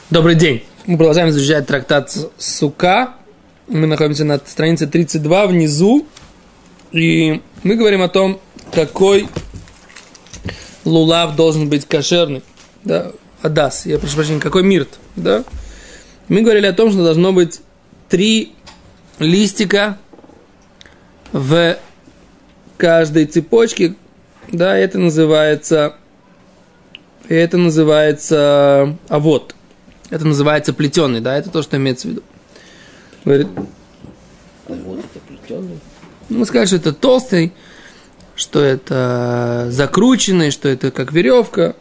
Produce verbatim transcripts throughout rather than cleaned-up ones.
Добрый день. Мы продолжаем изучать трактат Сука. Мы находимся на странице тридцать два внизу. И мы говорим о том, какой лулав должен быть кошерный. Да, адас. Я прошу прощения, какой мирт. Да? Мы говорили о том, что должно быть три листика в каждой цепочке. Да, это называется... Это называется авот. Это называется плетеный, да, это то, что имеется в виду. Говорит, авот это плетеный? Ну, сказать, что это толстый, что это закрученный, что это как веревка.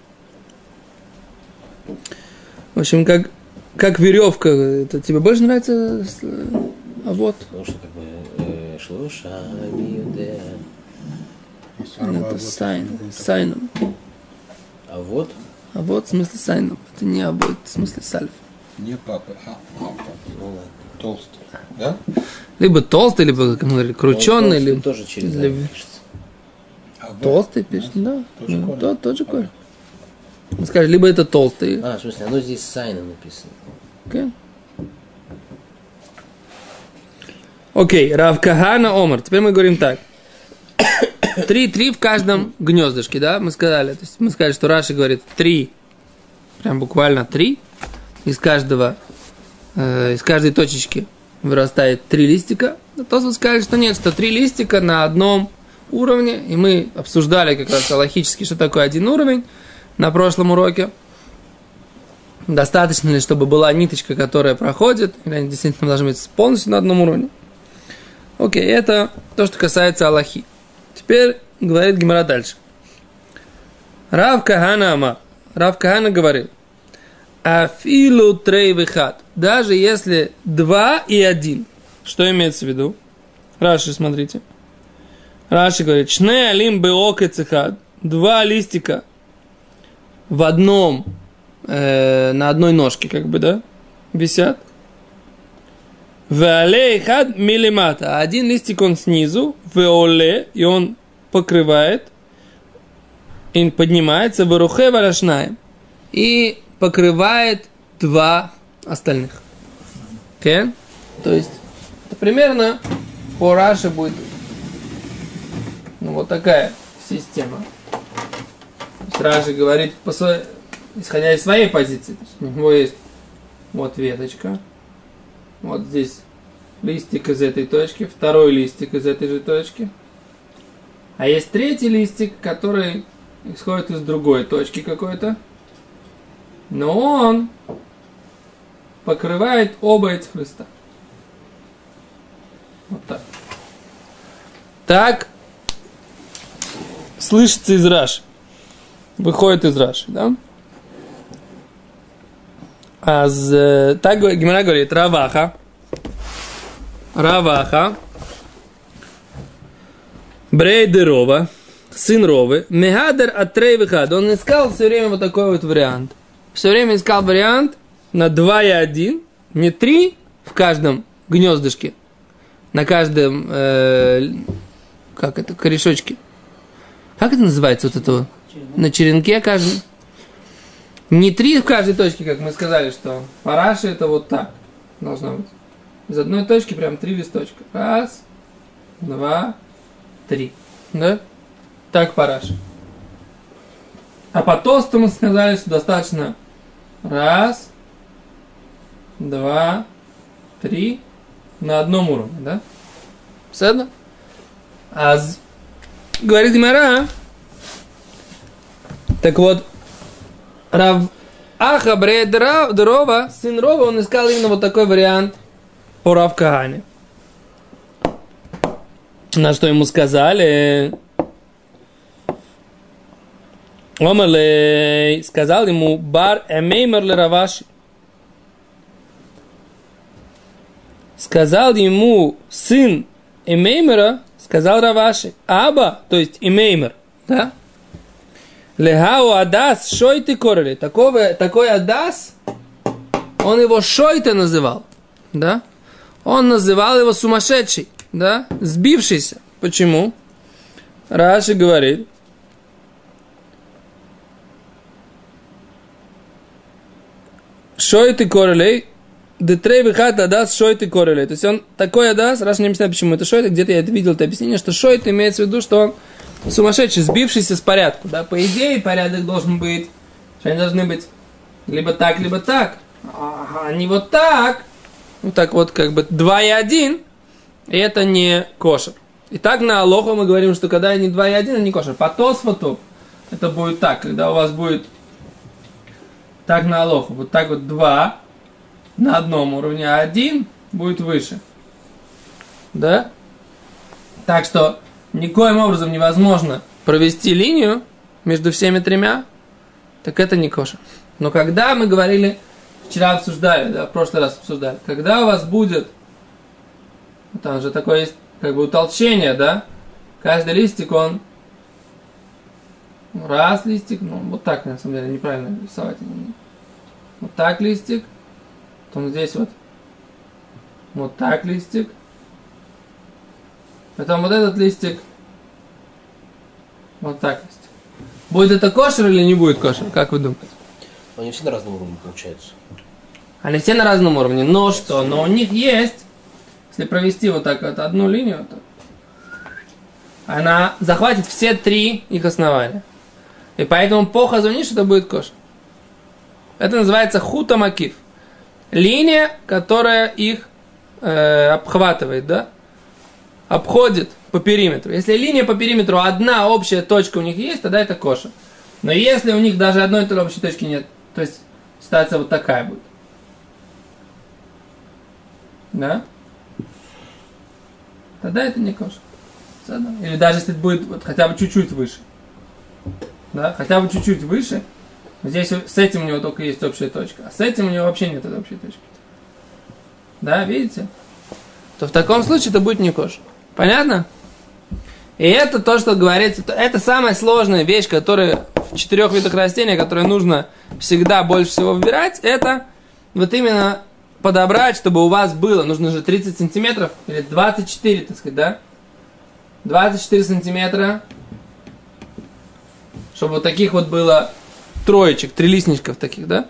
В общем, как, как веревка. Это тебе больше нравится авот? Потому что как бы шлуша миюде. Это сайн, сайном. А вот? А вот в смысле сайном. Это не абот, в смысле сальф. Не папа, а папа. Ну, толстый, да? Либо толстый, либо, как мы говорили, крученый. Либо... тоже через либо... пишется. А Толстый пишет, да. Тоже да. корень. Тот, тот же корень. Мы скажем, либо это толстый. А, в смысле, оно здесь сайна написано. Окей. Окей, Рав Кахана Омар. Теперь мы говорим так. Три, три в каждом гнездышке, да, мы сказали. То есть мы сказали, что Раши говорит три, прям буквально три. Из каждого, э, из каждой точечки вырастает три листика. А то вы сказали, что нет, что три листика на одном уровне. И мы обсуждали как раз логически, что такое один уровень на прошлом уроке. Достаточно ли, чтобы была ниточка, которая проходит, или они действительно должны быть полностью на одном уровне. Окей, это то, что касается Аллахи. Теперь говорит Гемара дальше. Рав Кахана Амар. Рав Кахана говорит. Афилу трей вихат. Даже если два и один. Что имеется в виду? Раши, смотрите. Раши говорит. Шне алим беок и цехат. Два листика в одном, э, на одной ножке, как бы, да, висят. Веалей хад милимата. Один листик он снизу, веоле, и он покрывает, и поднимается, вырухе варашнаем, и покрывает два остальных. Okay? То есть, это примерно по Раши будет ну, вот такая система. То есть Раши говорит, по своей, исходя из своей позиции. То есть, у него есть вот веточка. Вот здесь листик из этой точки, второй листик из этой же точки. А есть третий листик, который исходит из другой точки какой-то. Но он покрывает оба этих листа. Вот так. Так слышится из Раши. Выходит из Раши, да? А з, так Гемара говорит, Раваха, Раваха, Брейдерова, сын Ровы, Мехадер от трей вихад. Он искал все время вот такой вот вариант. Все время искал вариант на два и один, не три в каждом гнездышке, на каждом, э, как это, корешочке. Как это называется вот это вот? На черенке каждый. Не три в каждой точке, как мы сказали, что по Раши это вот так должно быть. Из одной точки прям три листочка. Раз, два, три. Да? Так по Раши. А по Тосту мы сказали, что достаточно раз, два, три на одном уровне, да? Все? А з... говорит Гемара. Так вот, Рав Аха Брейдерова, сын Рова, он искал именно вот такой вариант по Рав Кахане. На что ему сказали? Омалей сказал ему бар эмеймер ле Раваши. Сказал ему сын эмеймера, сказал Раваши. Аба, то есть эмеймер, да? Лехау адас шойты корели. Такого, такой адас, он его шойты называл, да? Он называл его сумасшедший, да? Сбившийся. Почему? Раши говорит, шойты королей, детрей выхат адас шойты королей. То есть он такой адас, раз не объясняю, почему это шойты, где-то я это видел, это объяснение, что шойты имеется в виду, что он сумасшедший, сбившийся с порядку. Да? По идее, порядок должен быть, что они должны быть либо так, либо так. А не вот так. Вот так вот, как бы два и один, и это не кошер. И так на алоху мы говорим, что когда они два и один, это не кошер. По тосфоту это будет так, когда у вас будет так на алоху, вот так вот два на одном уровне, а один будет выше. Да? Так что никоим образом невозможно провести линию между всеми тремя, так это не кошер. Но когда мы говорили, вчера обсуждали, да, в прошлый раз обсуждали, когда у вас будет, там же такое есть, как бы утолщение, да, каждый листик, он раз листик, ну, вот так, на самом деле, неправильно рисовать. Вот так листик, потом здесь вот, вот так листик, потом вот этот листик, вот так листик. Будет это кошер или не будет кошер, как вы думаете? Они все на разном уровне получаются. Они все на разном уровне, но что? Но у них есть, если провести вот так вот одну линию, то она захватит все три их основания. И поэтому по хазуниш это будет кошер. Это называется хута макиф. Линия, которая их э, обхватывает, да? Обходит по периметру. Если линия по периметру одна общая точка у них есть, тогда это кошер. Но если у них даже одной той общей точки нет, то есть ситуация вот такая будет. Да? Тогда это не кошер. Или даже если это будет вот хотя бы чуть-чуть выше. Да? Хотя бы чуть-чуть выше. Здесь с этим у него только есть общая точка. А с этим у него вообще нет этой общей точки. Да, видите? То в таком случае это будет не кошер. Понятно? И это то, что говорится. Это самая сложная вещь, которая в четырех видах растений, которые нужно всегда больше всего выбирать, это вот именно подобрать, чтобы у вас было, нужно же тридцать сантиметров, или двадцать четыре, так сказать, да? двадцать четыре сантиметра, чтобы вот таких вот было троечек, трилистничков таких, да?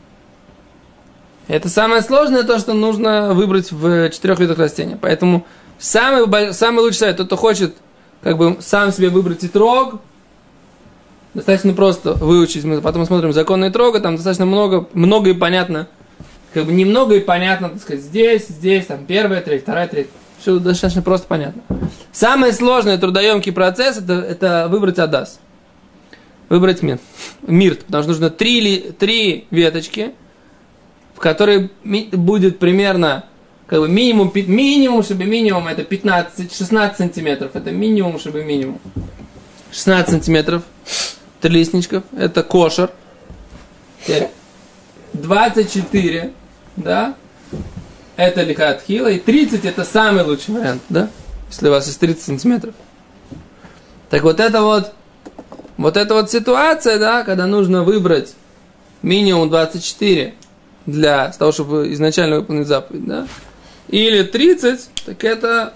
Это самое сложное, то, что нужно выбрать в четырех видах растений. Поэтому самый, самый лучший совет, тот, кто хочет как бы сам себе выбрать итрог, достаточно просто выучить. Мы потом смотрим законы итрога, там достаточно много, много и понятно. Как бы немного и понятно, так сказать, здесь, здесь, там первая, третья, вторая, третья. Все достаточно просто понятно. Самый сложный трудоемкий процесс это, это выбрать адас. Выбрать мир, мирт, потому что нужно три, три веточки, в которой будет примерно как бы минимум, минимум, чтобы минимум это пятнадцать-шестнадцать сантиметров. Это минимум, чтобы минимум. шестнадцать сантиметров трилистничков. Это кошер. Теперь двадцать четыре, да, это лихат хила. И тридцать это самый лучший вариант, да, если у вас есть тридцать сантиметров. Так вот это вот, вот эта вот ситуация, да, когда нужно выбрать минимум двадцать четыре для того, чтобы изначально выполнить заповедь, да, или тридцать, так это,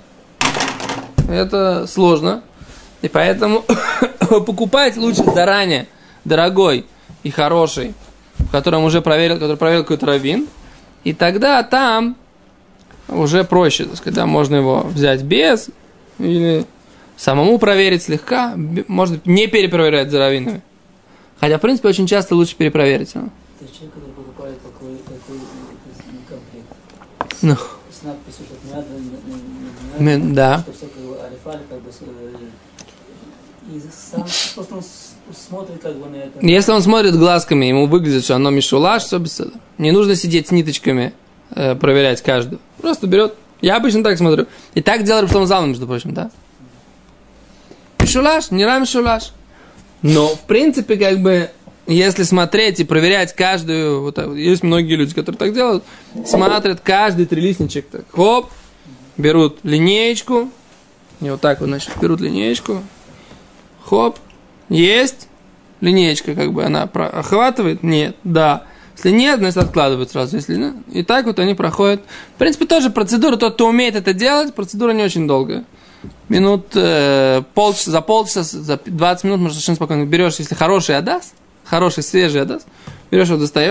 это сложно. И поэтому покупать лучше заранее дорогой и хороший, в котором уже проверил, который проверил какой-то раввин, и тогда там уже проще, так сказать, да, можно его взять без, или самому проверить слегка, можно не перепроверять за раввинами. Хотя, в принципе, очень часто лучше перепроверить. То есть человек, который покупает такой, такой комплект, ну. с надписью, что не надо, не, не, не надо, да. что все как бы алифаль, как бы, и сам просто он смотрит как бы на это. Если он смотрит глазками, ему выглядит, что оно мишулаш, все без этого. Не нужно сидеть с ниточками, э, проверять каждую. Просто берет. Я обычно так смотрю. И так делали в том зале, между прочим, да. Мишулаш, не рам мишулаш. Но, в принципе, как бы, если смотреть и проверять каждую, вот так, есть многие люди, которые так делают, смотрят каждый трилистничек, так, хоп, берут линеечку, и вот так вот, значит, берут линеечку, хоп, есть, линеечка, как бы, она охватывает, нет, да, если нет, значит, откладывают сразу, если нет, и так вот они проходят. В принципе, тоже процедура, тот, кто умеет это делать, процедура не очень долгая. Минут, э, полчаса, за полчаса, за двадцать минут можно совершенно спокойно берешь, если хороший адас, хороший свежий адас, берешь его, достаешь,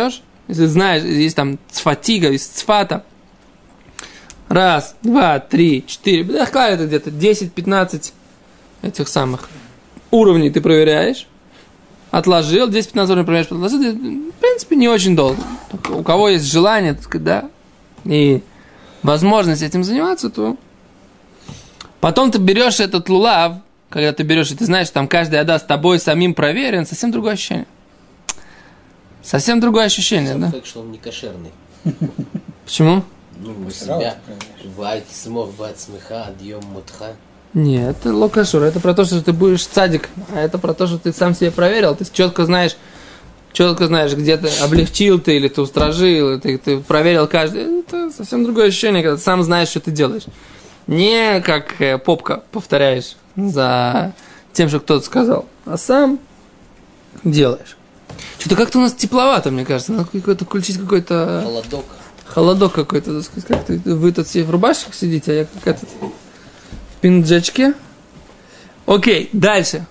Если знаешь, есть там цфатига, из цфата. Раз, два, три, четыре. Да, это где-то десять-пятнадцать этих самых уровней ты проверяешь. Отложил, десять-пятнадцать уровней проверяешь, отложил. В принципе, не очень долго. У кого есть желание, так сказать, да, и возможность этим заниматься, то потом ты берешь этот лулав, когда ты берешь, и ты знаешь, там каждый ада с тобой самим проверен, совсем другое ощущение. Совсем другое ощущение, Сам да? факт, что он не кошерный. Почему? Ну, у Сразу себя. проверяешь. Вайт смог бат смеха, адьем мутха. Нет, это локашур, это про то, что ты будешь цадик, а это про то, что ты сам себе проверил, ты четко знаешь, четко знаешь, где ты облегчил ты, или ты устражил, или ты, ты проверил каждый. Это совсем другое ощущение, когда ты сам знаешь, что ты делаешь. Не как э, попка повторяешь за тем, что кто-то сказал, а сам делаешь. Что-то как-то у нас тепловато, мне кажется. Надо какой-то включить какой-то Холодок. холодок какой-то. Так сказать, как-то вы тут все в рубашках сидите, а я как этот в пинджачке. Окей, дальше.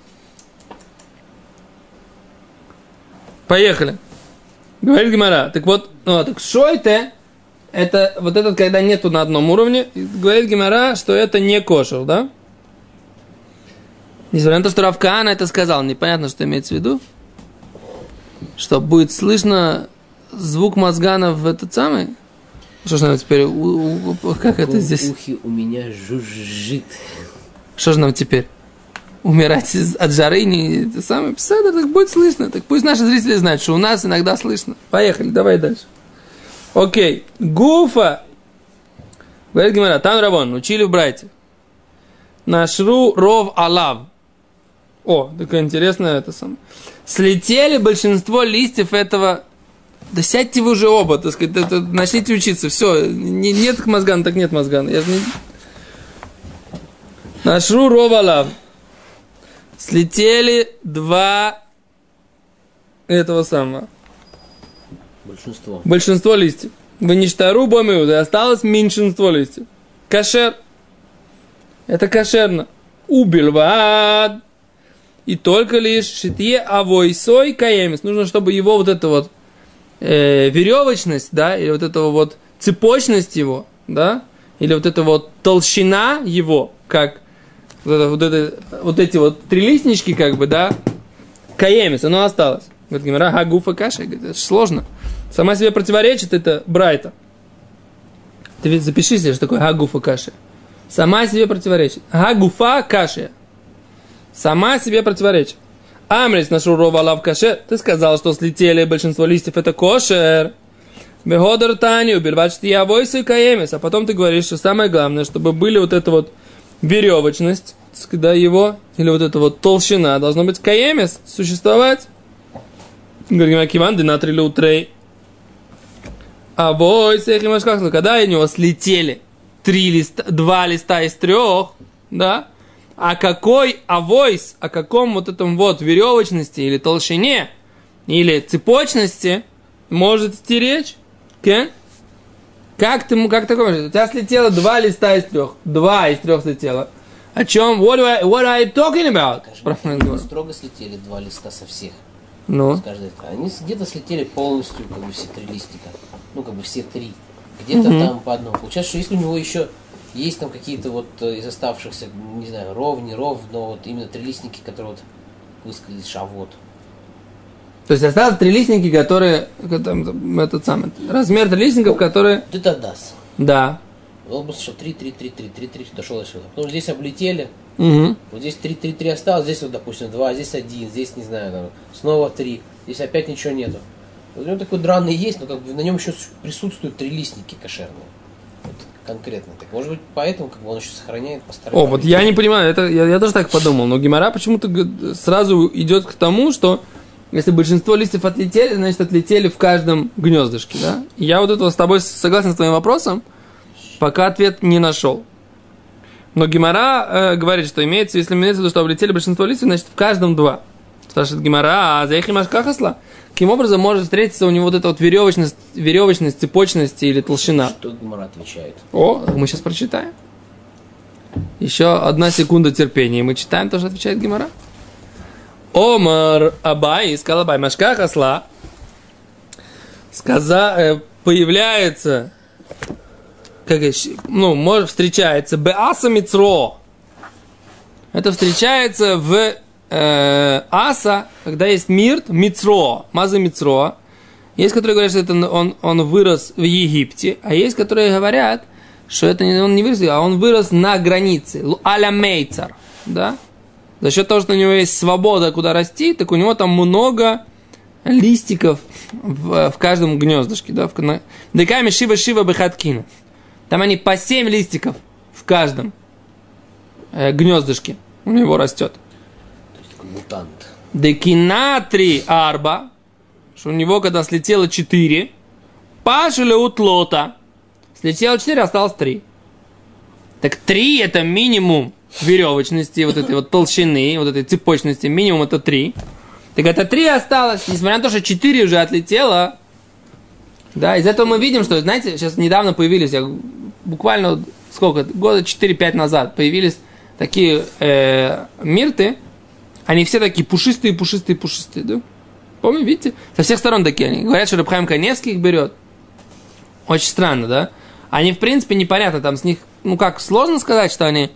Поехали. Говорит Гемара. Так вот, ну, так шойте, это вот этот, когда нету на одном уровне, говорит Гемара, что это не кошер, да? Несмотря на то, что Рав Каана это сказал, непонятно, что имеется в виду. Что будет слышно звук мозгана в этот самый? Что ж нам теперь, у, у, как это здесь? Ухи у меня жужжит. Что же нам теперь? Умирать из, от жары не это самое писать, так будет слышно. Так пусть наши зрители знают, что у нас иногда слышно. Поехали, давай дальше. Окей. Гуфа. Говорит Гемара, там Равон, учили в Брайте. Нашру ров алав. О, такое интересное это самое. Слетели большинство листьев этого. Да сядьте вы уже оба, так сказать, это, начните учиться. Все, не, нет мозгана, так нет мозгана. Я же не... Нашру ров алав. Слетели два этого самого. Большинство. Большинство листьев. Вы не штару бомиуды, осталось меньшинство листьев. Кашер. Это кошерно. Убильвад. И только лишь шитье авойсой каемис. Нужно, чтобы его вот эта вот э, веревочность, да, или вот эта вот цепочность его, да, или вот эта вот толщина его, как вот, это, вот, это, вот эти вот трилистнички, как бы, да, каемис, оно осталось. Говорит Гемара, хагуфа каша. Это же сложно. Сама себе противоречит это Брайта. Ты ведь запиши себе, что такое хагуфа каша. Сама себе противоречит. Хагуфа каша. Сама себе противоречит. Амрис нашу ровала в каше. Ты сказал, что слетели большинство листьев, это кошер. Беходар таню, бельвачти явойсы каемис. А потом ты говоришь, что самое главное, чтобы были вот эта вот веревочность, когда его, или вот эта вот толщина, должно быть каемис, существовать. Говорим, акиван, динатрили утрей. А войсы, когда у него слетели три листа, два листа из трех, да, о какой авойс, о каком вот этом вот веревочности или толщине, или цепочности может идти речь? Okay? Как ты, как такое? У тебя слетело два листа из трех. Два из трех слетело. О чем? What, do I, what are you talking about? Скажем, строго слетели два листа со всех. Ну? Скажем, они где-то слетели полностью, как бы все три листика. Ну, как бы все три. Где-то Mm-hmm. там по одному. Получается, что если у него еще есть там какие-то вот из оставшихся, не знаю, ров, не ров, но вот именно трилистники, которые вот высказались шавот. То есть осталось трилистники, которые, там, этот самый, размер трилистников, которые... Вот это даст. Да. Он бы что три, три, три, три, три, три, дошел до сюда. Потом здесь облетели. Угу. Вот здесь три, три, три осталось, здесь вот, допустим, два, здесь один, здесь, не знаю, там, снова три, здесь опять ничего нету. Вот у него такой драный есть, но как бы на нем еще присутствуют трилистники кошерные. Вот, конкретно. Так может быть, поэтому как бы он еще сохраняет по старой О, вот я не понимаю, это, я, я тоже так подумал, но Гемара почему-то сразу идет к тому, что если большинство листьев отлетели, значит отлетели в каждом гнездышке, да? И я вот этого с тобой согласен с твоим вопросом, пока ответ не нашел. Но Гемара э, говорит, что имеется, если имеется в виду, что облетели большинство листьев, значит в каждом два. Спрашивает Гемара, а за их машкахасла? Каким образом может встретиться у него вот эта вот веревочность, веревочность, цепочность или толщина? Что Гемара отвечает? О, мы сейчас прочитаем. Еще одна секунда терпения, и мы читаем то, что отвечает Гемара. Омар Абай, сказал Абай, машкахасла. сказа, э, появляется, как, ну, может, встречается беаса мицро. Это встречается в э, аса, когда есть мирт, мицро, маза мицро. Есть, которые говорят, что это он, он вырос в Египте, а есть, которые говорят, что это не, он не вырос, а он вырос на границе, а-ля мейцар, да? За счет того, что у него есть свобода, куда расти, так у него там много листиков в, в каждом гнездышке, да? Деками шива-шива бехаткина. Там они по семь листиков в каждом э, гнездышке у него растет. То есть такой мутант. Декинатри арба, что у него, когда слетело четыре, пашили утлота. Слетело четыре, осталось три. Так три это минимум веревочности, вот этой вот толщины, вот этой цепочности, минимум это три. Так это три осталось, несмотря на то, что четыре уже отлетело. Да, из этого мы видим, что, знаете, сейчас недавно появились, буквально сколько, года четыре-пять назад появились такие э, мирты, они все такие пушистые, пушистые, пушистые, да? Помните, видите? Со всех сторон такие они. Говорят, что Реб Хаим Каневский их берет. Очень странно, да? Они, в принципе, непонятно, там с них, ну как, сложно сказать, что они,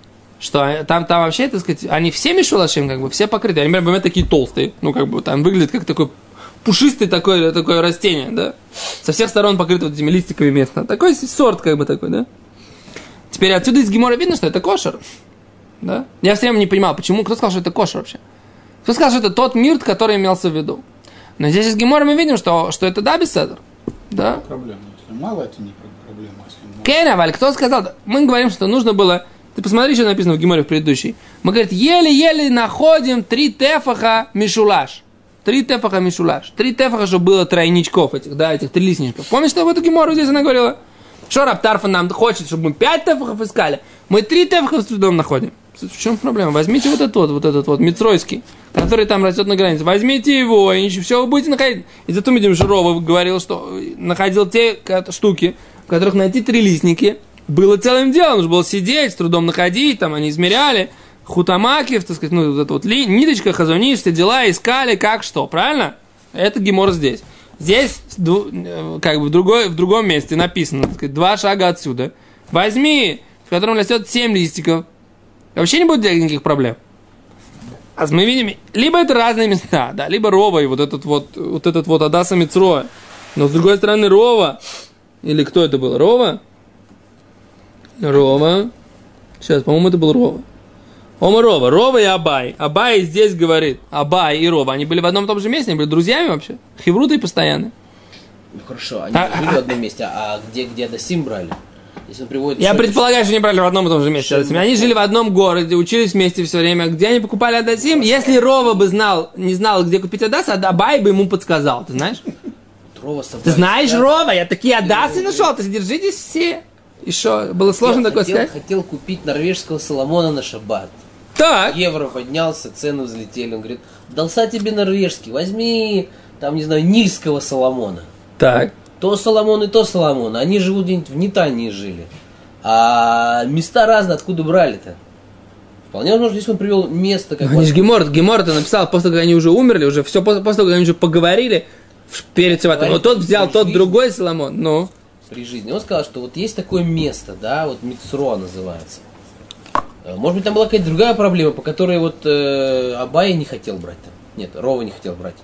что там, там вообще, так сказать, они все мишулашим, как бы, все покрыты. Они, например, такие толстые, ну как бы, там выглядит как такой пушистый такое, такое растение, да? Со всех сторон покрыто вот этими листиками местно. Такой сорт, как бы, такой, да? Теперь отсюда из Гемора видно, что это кошер, да? Я все время не понимал, почему, кто сказал, что это кошер вообще? Кто сказал, что это тот мирт, который имелся в виду? Но здесь из Гемора мы видим, что, что это да, беседер, да? Проблема, если мало, это не проблема, если много. Кенаваль, кто сказал? Мы говорим, что нужно было... Ты посмотри, что написано в Геморе в предыдущей. Мы, говорим, еле-еле находим три тефаха мишулаш. Три тефаха мишулаш. Три тефаха, чтобы было тройничков этих, да, этих трилистничков. Помнишь, что в эту Гемору здесь она говорила? Что Раб Тарфон нам хочет, чтобы мы пять тефахов искали? Мы три тефаха с трудом находим. В чем проблема? Возьмите вот этот вот, вот этот вот, мицройский, который там растет на границе. Возьмите его, и все, вы будете находить. И зато видим, Жирова говорил, что находил те штуки, в которых найти трилистники было целым делом. Нужно было сидеть, с трудом находить, там они измеряли. Хутамакив, так сказать, ну, вот эта вот ли, ниточка, хазуниш, все дела, искали, как что, правильно? Это Гемор здесь. Здесь, как бы, в, другой, в другом месте написано, так сказать, два шага отсюда. Возьми, в котором растет семь листиков. Вообще не будет никаких проблем. А мы видим, либо это разные места, да, либо Рова и вот этот вот, вот этот вот Адаса Мицроя. Но с другой стороны Рова, или кто это был? Рова? Рова. Сейчас, по-моему, это был Рова. Ома Рова. Рова и Абай. Абай здесь говорит. Абай и Рова. Они были в одном и том же месте, они были друзьями вообще. Хевруты постоянно. Ну хорошо, они А, жили а, в одном месте, а где, где Адасим брали? Если он приводит... Я что- предполагаю, что они брали в одном и том же месте. Что- Они жили в одном городе, учились вместе все время. Где они покупали Адасим? Если Рова бы знал, не знал, где купить Адас, а Абай бы ему подсказал. Ты знаешь? Рова собрали, Ты знаешь, да? Рова, я такие Адасы нашел. Ты держитесь все. И что? Было сложно такое хотел, сказать? хотел купить норвежского Соломона на шаббат. Так. Евро поднялся, цены взлетели. Он говорит, дался тебе норвежский, возьми, там, не знаю, нильского Соломона. Так. То Соломон и то Соломон. Они живут где-нибудь в Нетании жили. А места разные, откуда брали-то? Вполне возможно, здесь он привел место как Они же Гемор, Гемор-то написал, после того, как они уже умерли, уже все, после, после того, как они уже поговорили перед Шаббатом. Вот тот взял, тот жизнь. Другой Соломон. Ну. при жизни. Он сказал, что вот есть такое место, да, вот Мицро называется. Может быть, там была какая-то другая проблема, по которой вот э, Абай не хотел брать там. Нет, Рова не хотел брать.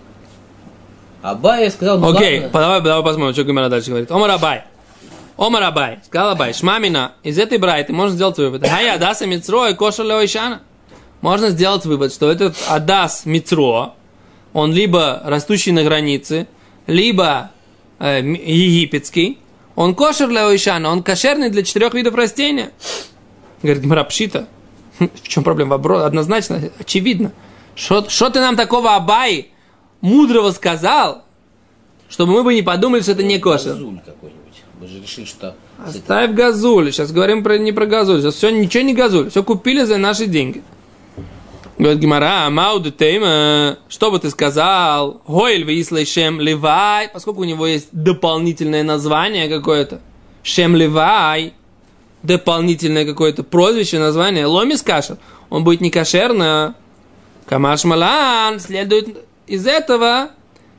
Абай сказал, ну Окей, ладно. давай, давай посмотрим, что Гемора дальше говорит. Омар Абай. Омар Абай. Сказал Абай. Шмамина. Из этой брайты можно сделать вывод. Хай Адаса Мицро и Кошер Леойшана. Можно сделать вывод, что этот Адас Мицро, он либо растущий на границе, либо э, египетский. Он кошер Леойшана. Он кошерный для четырех видов растения. Говорит Гемора пшита. В чем проблема? Однозначно, очевидно. Что ты нам такого Абай мудрого сказал, чтобы мы бы не подумали, что это не кошер? Газуль какой-нибудь. Мы же решили, что... Оставь газуль. Сейчас говорим про, не про газуль. Сейчас все, ничего не газуль. Все купили за наши деньги. Говорит Гемара, мауду тейма, что бы ты сказал? Хойль вислей шем левай, поскольку у него есть дополнительное название какое-то. Шем левай, дополнительное какое-то прозвище, название. Ломис кашер. Он будет не кошерно. Камаш малан, следует из этого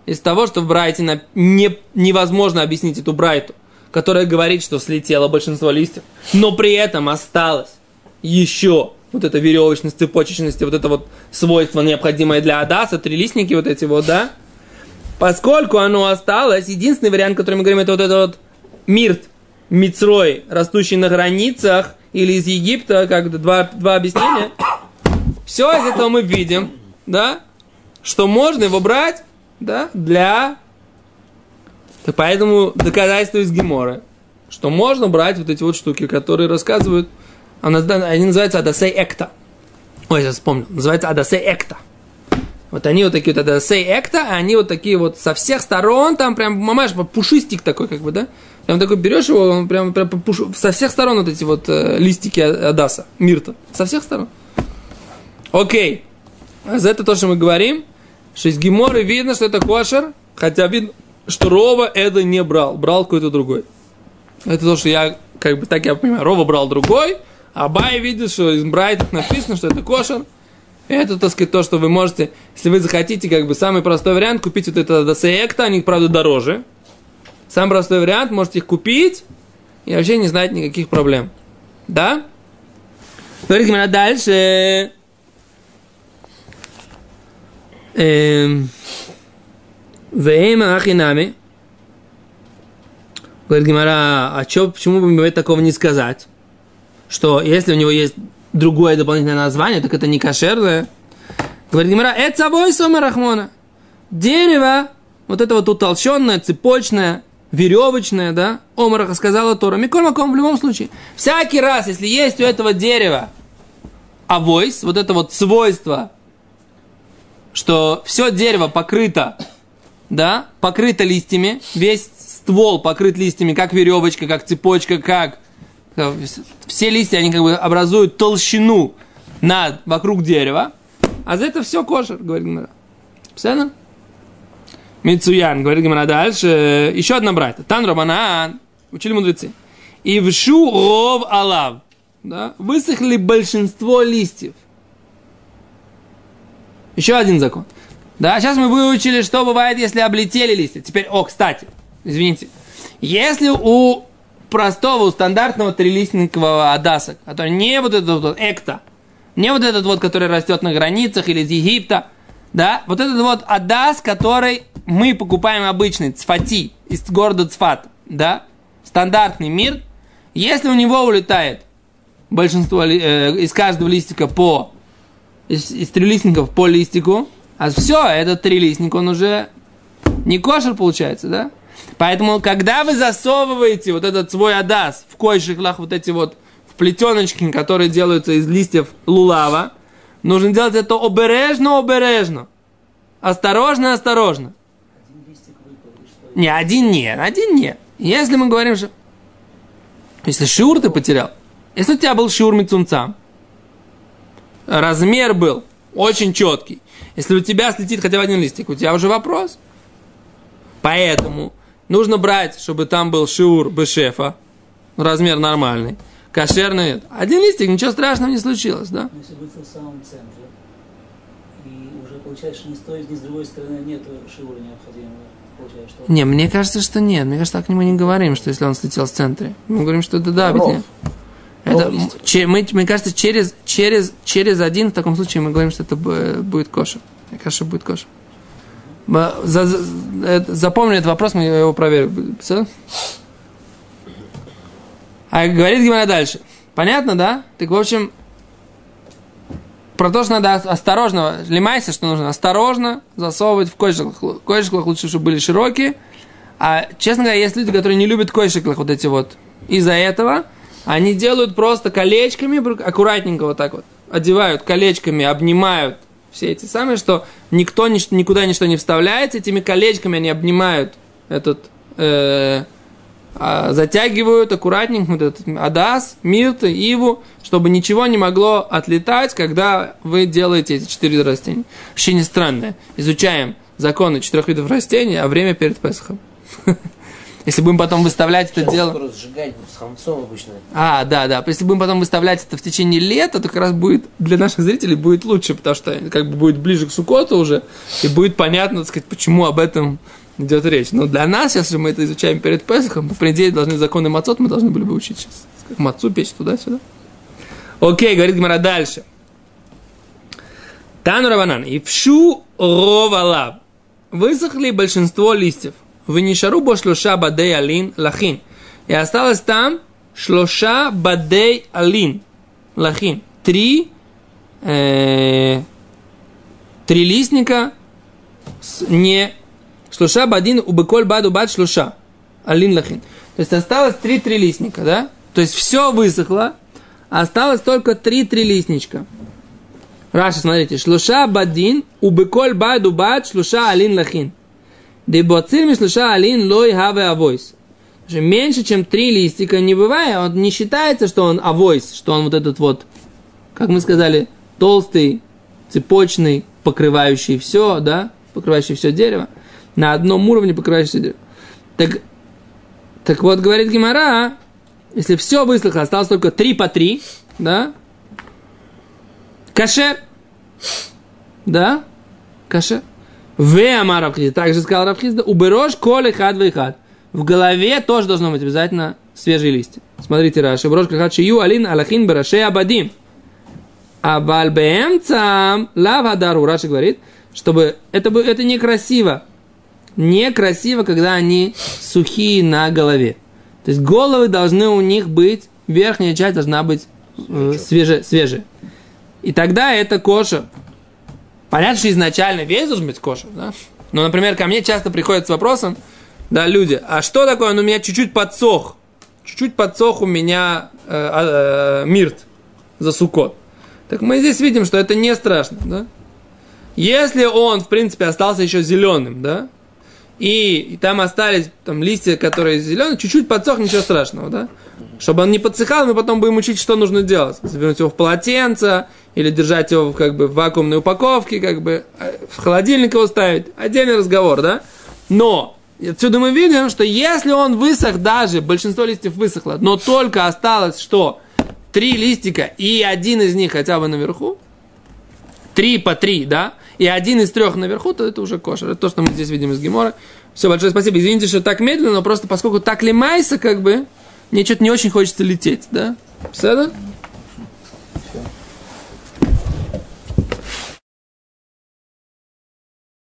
из того, что в Брайте на, не, невозможно объяснить эту Брайту, которая говорит, что слетело большинство листьев, но при этом осталось еще вот эта веревочность, цепочечность, вот это вот свойство, необходимое для адаса, трилистники вот эти вот, да? Поскольку оно осталось, единственный вариант, который мы говорим, это вот этот вот мирт, мицрой, растущий на границах, или из Египта, как два, два объяснения. Все из этого мы видим, да, что можно его брать, да, для... Поэтому доказательство из Геморы, что можно брать вот эти вот штуки, которые рассказывают. Они называются Адасей Экта. Ой, я вспомнил. Называется Адасей Экта. Вот они вот такие вот Адасей Экта, а они вот такие вот со всех сторон, там прям, мамаш, пушистик такой, как бы, да? Прям такой берешь его, он прям, прям пуш... со всех сторон вот эти вот э, листики Адаса, мирта. Со всех сторон. Окей. А за это то, что мы говорим, что из Геморы видно, что это кошер, хотя видно, что Рова это не брал, брал какой-то другой. Это то, что я, как бы, так я понимаю, Рова брал другой, а Бай видит, что из Брайтов написано, что это кошер. Это, так сказать, то, что вы можете, если вы захотите, как бы, самый простой вариант, купить вот это Дасеекта, они, правда, дороже. Самый простой вариант, можете их купить и вообще не знать никаких проблем. Да? Говорит, мы дальше. Вейма ахинами. Говорит Гимара, а чё, почему бы такого не сказать? Что если у него есть другое дополнительное название, так это не кошерное. Говорит Гимара, это собой сома рахмона. Дерево, вот это вот утолщенное, цепочное, веревочное, да, Омараха сказала Тора, Миколь Маком в любом случае. Всякий раз, если есть у этого дерева авойс, вот это вот свойство, что все дерево покрыто, да, покрыто листьями, весь ствол покрыт листьями, как веревочка, как цепочка, как... Все листья, они как бы образуют толщину над, вокруг дерева, а за это все кошер, говорит Гимара. Понятно? Мицуян, говорит Гимара дальше. Еще одна брайта. Тан Раманан, учили мудрецы. И вшу ров алав. Да? Высохли большинство листьев. Еще один закон. Да, сейчас мы выучили, что бывает, если облетели листья. Теперь, о, кстати, извините. Если у простого, у стандартного трилистникового адаса, который не вот этот вот экта, не вот этот вот, который растет на границах или из Египта, да, вот этот вот адас, который мы покупаем обычный, цфати, из города Цфат, да, стандартный мир, если у него улетает большинство, э, из каждого листика по, из, из трилистников по листику, а все, этот трилистник, он уже не кошер получается, да? Поэтому, когда вы засовываете вот этот свой адас в койшиклах, вот эти вот в плетеночки, которые делаются из листьев лулава, нужно делать это обережно-обережно. Осторожно-осторожно. Один листик выпал, и что? Не, один не, один не. Если мы говорим, что... Если шиур ты потерял, если у тебя был шиур мицумцам, размер был очень четкий, если у тебя слетит хотя бы один листик, у тебя уже вопрос. Поэтому нужно брать, чтобы там был шиур бешефа, размер нормальный, кошерный. Один листик, ничего страшного не случилось, да? Но если быть в самом центре, и уже получается, что ни с той, ни с другой стороны нет шиура необходимого, получается, что... Не, мне кажется, что нет. Мне кажется, так мы не говорим, что если он слетел в центре. Мы говорим, что это да, ведь нет. Это, че, мы, мне кажется, через, через, через один, в таком случае мы говорим, что это будет кошер. Мне кажется, будет кошер. За, за, запомни этот вопрос, мы его проверим. Все? А говорит Гимара дальше. Понятно, да? Так, в общем, про то, что надо осторожно, лимайся, что нужно осторожно засовывать в койшиклах. Койшиклах лучше, чтобы были широкие. А, честно говоря, есть люди, которые не любят койшиклах вот эти вот. Из-за этого они делают просто колечками, аккуратненько вот так вот. Одевают колечками, обнимают все эти самые, что никто никуда ничто не вставляется, этими колечками они обнимают этот, э, э, затягивают аккуратненько вот этот адас, мирт, иву, чтобы ничего не могло отлетать, когда вы делаете эти четыре вида растений. Вообще не странное. Изучаем законы четырех видов растений, а время перед Песохом. Если будем потом выставлять это Сейчас дело... скоро сжигать с хамцом обычно. А, да, да. Если будем потом выставлять это в течение лета, то как раз будет для наших зрителей будет лучше, потому что как бы будет ближе к Суккоту уже, и будет понятно, так сказать, почему об этом идет речь. Но для нас, если мы это изучаем перед Песахом, по идее, должны законы мацот, мы должны были бы учить сейчас. Как мацу печь туда-сюда. Окей, говорит Гемара дальше. Тану Раванан. Ившу ровалав. Высохли большинство листьев. Вынишару бо шлоша бадей алин лахин. И осталось там шлоша бадей алин лахин. Три, э, три листника с не шлоша бадин убыколь баду бад шлоша алин лахин. То есть осталось три трилистника, да? То есть все высохло, осталось только три трилистничка. Раша, смотрите. Шлоша бадин убыколь баду бад шлоша алин лахин. Дебоцирми шлоша алин лой хаве авойс. Меньше, чем три листика не бывает, он не считается, что он авойс, что он вот этот вот, как мы сказали, толстый, цепочный, покрывающий все, да, покрывающий все дерево, на одном уровне покрывающий все дерево. Так, так вот, говорит Гемара, если все высохло, осталось только три по три, да, кашер, да, кашер. Ве амар Равхизда, также сказал Равхизда, уберешь коле хад вейхад. В голове тоже должно быть обязательно свежие листья. Смотрите, Раши. Уберешь коле хад шию алин алахин бараше абадим. Абаль беэмцам лав хадару. Раши говорит, чтобы это, это некрасиво. Некрасиво, когда они сухие на голове. То есть головы должны у них быть, верхняя часть должна быть э, свежая, свежая. И тогда это кошер. Понятно, что изначально весь должен быть кошер, да? Но, например, ко мне часто приходят с вопросом, да, люди, а что такое, он у меня чуть-чуть подсох, чуть-чуть подсох у меня э, э, мирт за Суккот. Так мы здесь видим, что это не страшно, да? Если он, в принципе, остался еще зеленым, да, и, и там остались там, листья, которые зеленые, чуть-чуть подсох, ничего страшного, да? Чтобы он не подсыхал, мы потом будем учить, что нужно делать. Завернуть его в полотенце, или держать его как бы в вакуумной упаковке, как бы в холодильник его ставить. Отдельный разговор, да? Но отсюда мы видим, что если он высох даже, большинство листьев высохло, но только осталось что? Три листика, и один из них хотя бы наверху, три по три, да? И один из трех наверху, то это уже кошер. Это то, что мы здесь видим из Геморы. Все, большое спасибо. Извините, что так медленно, но просто поскольку так лимайся, как бы, мне что-то не очень хочется лететь, да? Все, да?